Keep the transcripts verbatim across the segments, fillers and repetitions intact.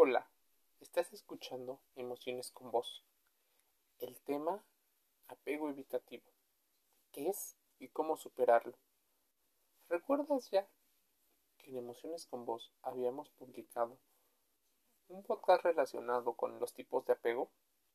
Hola, estás escuchando Emociones con Voz. El tema apego evitativo. ¿Qué es y cómo superarlo? ¿Recuerdas ya que en Emociones con Voz habíamos publicado un podcast relacionado con los tipos de apego?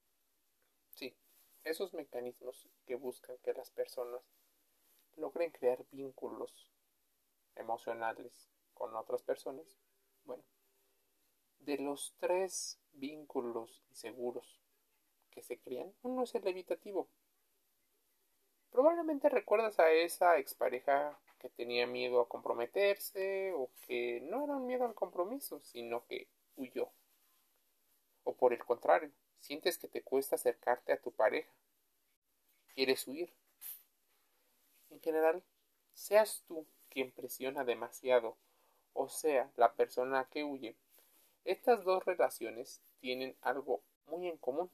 Sí, esos mecanismos que buscan que las personas logren crear vínculos emocionales con otras personas. Bueno, de los tres vínculos inseguros que se crean, uno es el evitativo. Probablemente recuerdas a esa expareja que tenía miedo a comprometerse o que no era un miedo al compromiso, sino que huyó. O por el contrario, sientes que te cuesta acercarte a tu pareja. Quieres huir. En general, seas tú quien presiona demasiado o sea la persona que huye, estas dos relaciones tienen algo muy en común.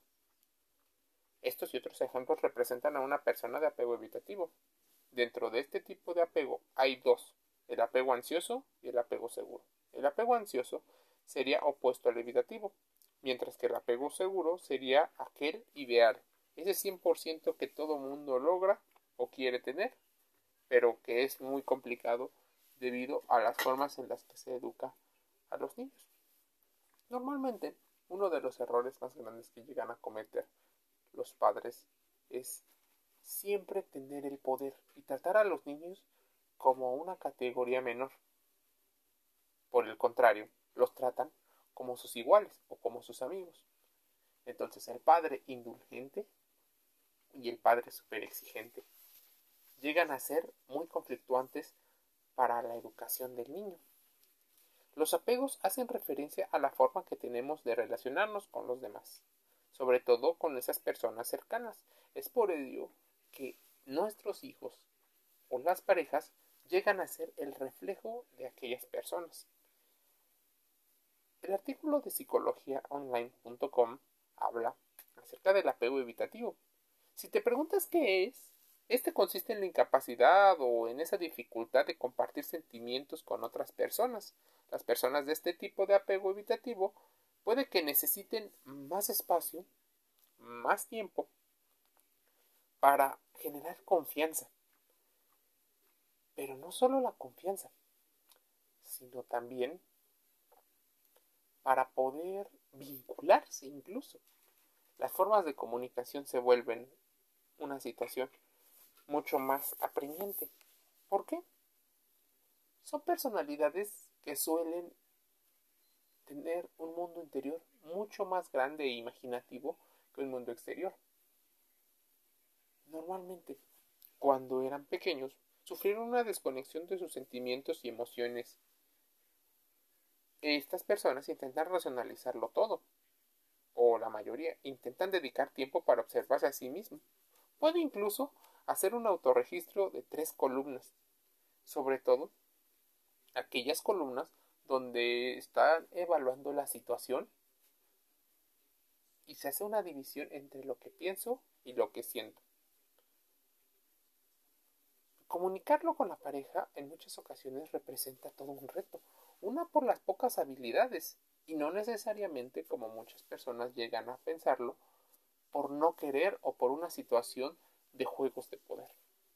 Estos y otros ejemplos representan a una persona de apego evitativo. Dentro de este tipo de apego hay dos, el apego ansioso y el apego seguro. El apego ansioso sería opuesto al evitativo, mientras que el apego seguro sería aquel ideal, ese cien por ciento que todo mundo logra o quiere tener, pero que es muy complicado debido a las formas en las que se educa a los niños. Normalmente, uno de los errores más grandes que llegan a cometer los padres es siempre tener el poder y tratar a los niños como una categoría menor. Por el contrario, los tratan como sus iguales o como sus amigos. Entonces el padre indulgente y el padre súper exigente llegan a ser muy conflictuantes para la educación del niño. Los apegos hacen referencia a la forma que tenemos de relacionarnos con los demás, sobre todo con esas personas cercanas. Es por ello que nuestros hijos o las parejas llegan a ser el reflejo de aquellas personas. El artículo de psicología online punto com habla acerca del apego evitativo. Si te preguntas qué es, este consiste en la incapacidad o en esa dificultad de compartir sentimientos con otras personas. Las personas de este tipo de apego evitativo puede que necesiten más espacio, más tiempo para generar confianza. Pero no solo la confianza, sino también para poder vincularse incluso. Las formas de comunicación se vuelven una situación mucho más apremiante. ¿Por qué? Son personalidades que suelen tener un mundo interior mucho más grande e imaginativo que el mundo exterior. Normalmente, cuando eran pequeños, sufrieron una desconexión de sus sentimientos y emociones. Estas personas intentan racionalizarlo todo, o la mayoría intentan dedicar tiempo para observarse a sí mismo. Puede incluso hacer un autorregistro de tres columnas, sobre todo aquellas columnas donde están evaluando la situación y se hace una división entre lo que pienso y lo que siento. Comunicarlo con la pareja en muchas ocasiones representa todo un reto, una por las pocas habilidades y no necesariamente, como muchas personas llegan a pensarlo, por no querer o por una situación de juegos de poder.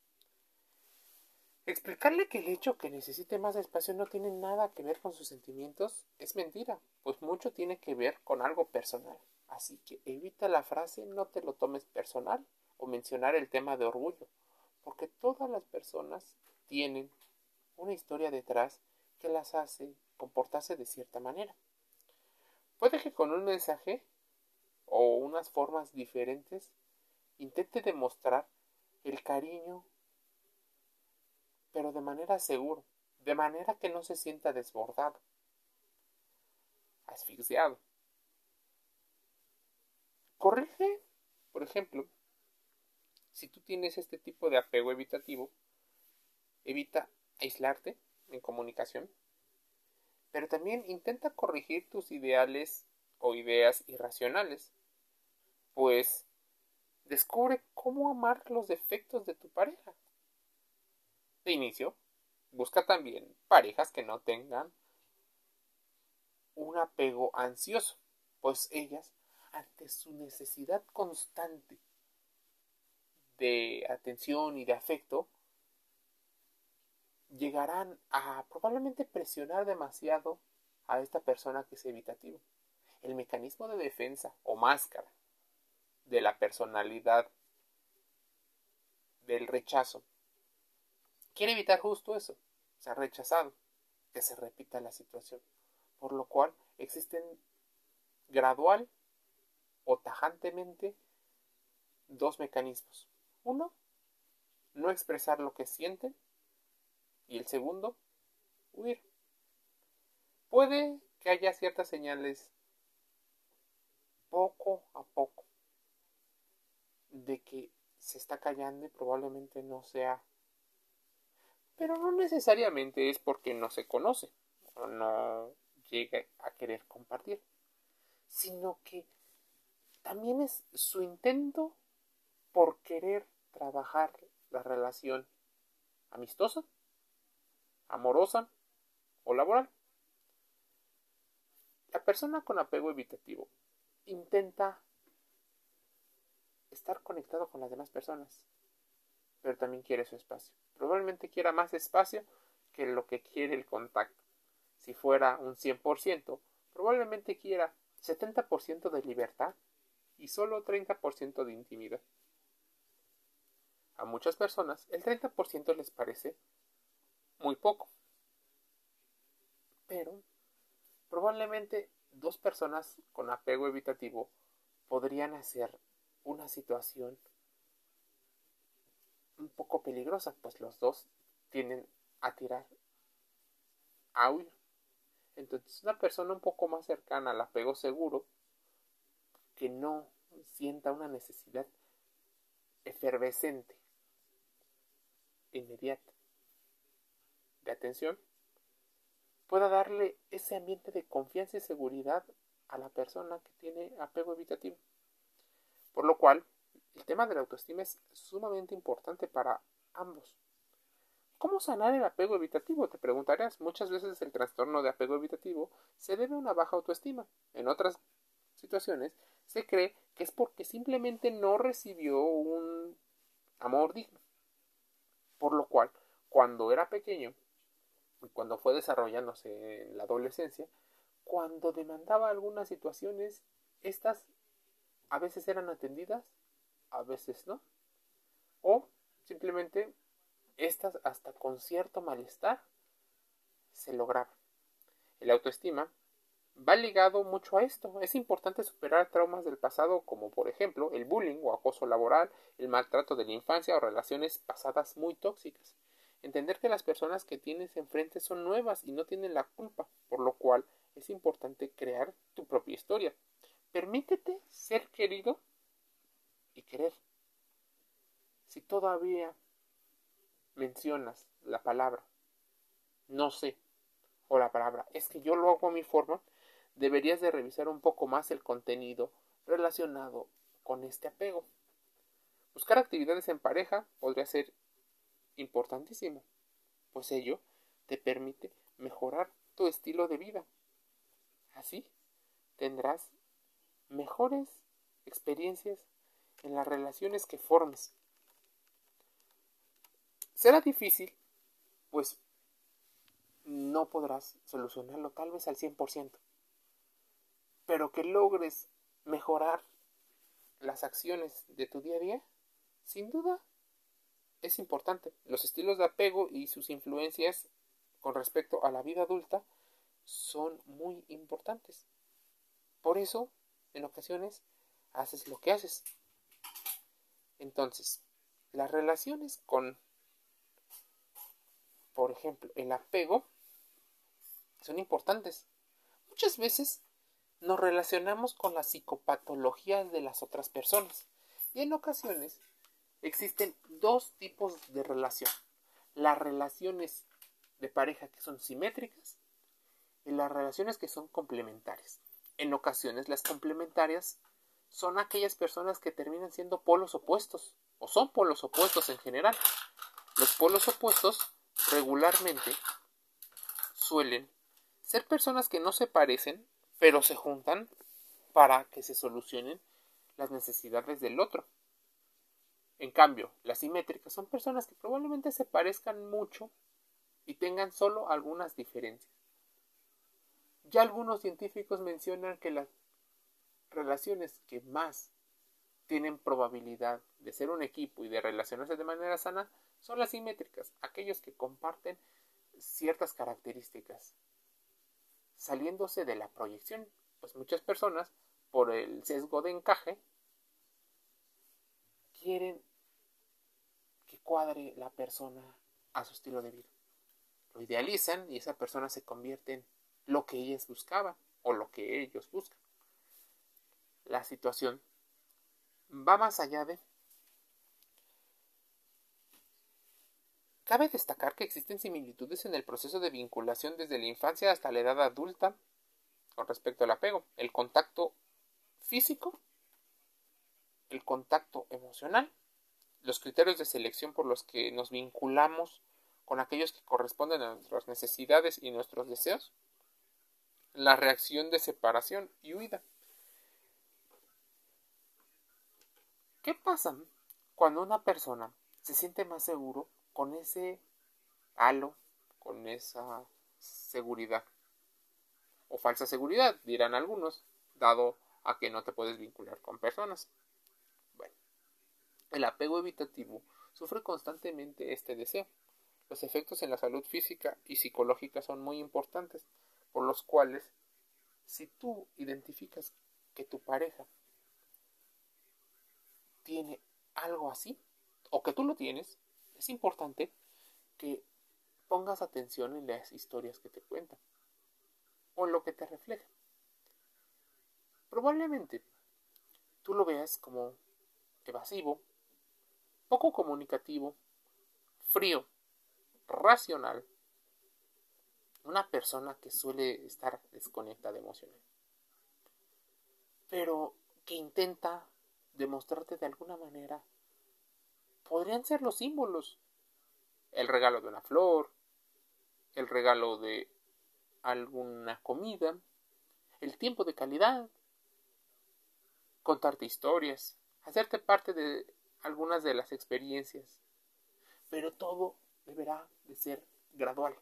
Explicarle que el hecho que necesite más espacio no tiene nada que ver con sus sentimientos es mentira, pues mucho tiene que ver con algo personal. Así que evita la frase no te lo tomes personal o mencionar el tema de orgullo, porque todas las personas tienen una historia detrás que las hace comportarse de cierta manera. Puede que con un mensaje o unas formas diferentes intente demostrar el cariño, pero de manera segura, de manera que no se sienta desbordado, asfixiado. Corrige, por ejemplo, si tú tienes este tipo de apego evitativo, evita aislarte en comunicación, pero también intenta corregir tus ideales o ideas irracionales, pues descubre cómo amar los defectos de tu pareja. De inicio, busca también parejas que no tengan un apego ansioso, pues ellas, ante su necesidad constante de atención y de afecto, llegarán a probablemente presionar demasiado a esta persona que es evitativa. El mecanismo de defensa o máscara de la personalidad del rechazo quiere evitar justo eso, ser rechazado, que se repita la situación, por lo cual existen gradual o tajantemente dos mecanismos. Uno, no expresar lo que sienten, y el segundo, huir. Puede que haya ciertas señales poco a poco de que se está callando y probablemente no sea, pero no necesariamente es porque no se conoce o no llegue a querer compartir, sino que también es su intento por querer trabajar la relación amistosa, amorosa o laboral. La persona con apego evitativo intenta estar conectado con las demás personas, pero también quiere su espacio. Probablemente quiera más espacio que lo que quiere el contacto. Si fuera un cien por ciento, probablemente quiera setenta por ciento de libertad y solo treinta por ciento de intimidad. A muchas personas el treinta por ciento les parece muy poco, pero probablemente dos personas con apego evitativo podrían hacer una situación un poco peligrosa, pues los dos tienden a tirar a huir. Entonces una persona un poco más cercana al apego seguro, que no sienta una necesidad efervescente, inmediata, de atención, pueda darle ese ambiente de confianza y seguridad a la persona que tiene apego evitativo. Por lo cual, el tema de la autoestima es sumamente importante para ambos. ¿Cómo sanar el apego evitativo? Te preguntarías. Muchas veces el trastorno de apego evitativo se debe a una baja autoestima. En otras situaciones se cree que es porque simplemente no recibió un amor digno. Por lo cual, cuando era pequeño y cuando fue desarrollándose en la adolescencia, cuando demandaba algunas situaciones, estas a veces eran atendidas, a veces no. O simplemente estas hasta con cierto malestar se lograban. El autoestima va ligado mucho a esto. Es importante superar traumas del pasado como por ejemplo el bullying o acoso laboral, el maltrato de la infancia o relaciones pasadas muy tóxicas. Entender que las personas que tienes enfrente son nuevas y no tienen la culpa, por lo cual es importante crear tu propia historia. Permítete ser querido y querer. Si todavía mencionas la palabra no sé o la palabra es que yo lo hago a mi forma, deberías de revisar un poco más el contenido relacionado con este apego. Buscar actividades en pareja podría ser importantísimo, pues ello te permite mejorar tu estilo de vida. Así tendrás mejores experiencias en las relaciones que formes. Será difícil, pues no podrás solucionarlo tal vez al cien por ciento, pero que logres mejorar las acciones de tu día a día, sin duda es importante. Los estilos de apego y sus influencias con respecto a la vida adulta son muy importantes. Por eso, en ocasiones, haces lo que haces. Entonces, las relaciones con, por ejemplo, el apego, son importantes. Muchas veces nos relacionamos con las psicopatologías de las otras personas. Y en ocasiones existen dos tipos de relación. Las relaciones de pareja que son simétricas y las relaciones que son complementarias. En ocasiones las complementarias son aquellas personas que terminan siendo polos opuestos o son polos opuestos en general. Los polos opuestos regularmente suelen ser personas que no se parecen, pero se juntan para que se solucionen las necesidades del otro. En cambio, las simétricas son personas que probablemente se parezcan mucho y tengan solo algunas diferencias. Ya algunos científicos mencionan que las relaciones que más tienen probabilidad de ser un equipo y de relacionarse de manera sana son las simétricas, aquellos que comparten ciertas características, saliéndose de la proyección, pues muchas personas, por el sesgo de encaje, quieren que cuadre la persona a su estilo de vida. Lo idealizan y esa persona se convierte en lo que ellas buscaban o lo que ellos buscan. La situación va más allá de... Cabe destacar que existen similitudes en el proceso de vinculación desde la infancia hasta la edad adulta con respecto al apego. El contacto físico, el contacto emocional, los criterios de selección por los que nos vinculamos con aquellos que corresponden a nuestras necesidades y nuestros deseos, la reacción de separación y huida. ¿Qué pasa cuando una persona se siente más seguro con ese halo, con esa seguridad? O falsa seguridad, dirán algunos, dado a que no te puedes vincular con personas. Bueno, el apego evitativo sufre constantemente este deseo. Los efectos en la salud física y psicológica son muy importantes, por los cuales, si tú identificas que tu pareja tiene algo así, o que tú lo tienes, es importante que pongas atención en las historias que te cuentan, o en lo que te refleja. Probablemente tú lo veas como evasivo, poco comunicativo, frío, racional, una persona que suele estar desconectada emocional, pero que intenta demostrarte de alguna manera. Podrían ser los símbolos, el regalo de una flor, el regalo de alguna comida, el tiempo de calidad, contarte historias, hacerte parte de algunas de las experiencias, pero todo deberá de ser gradual.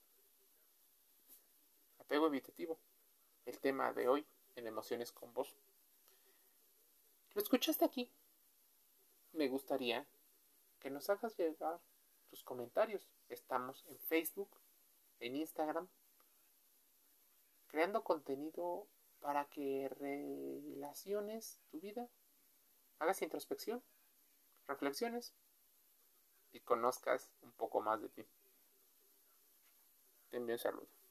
Apego evitativo, el tema de hoy en Emociones con Vos. ¿Lo escuchaste aquí? Me gustaría que nos hagas llegar tus comentarios. Estamos en Facebook, en Instagram, creando contenido para que relaciones tu vida, hagas introspección, reflexiones y conozcas un poco más de ti. Te envío un saludo.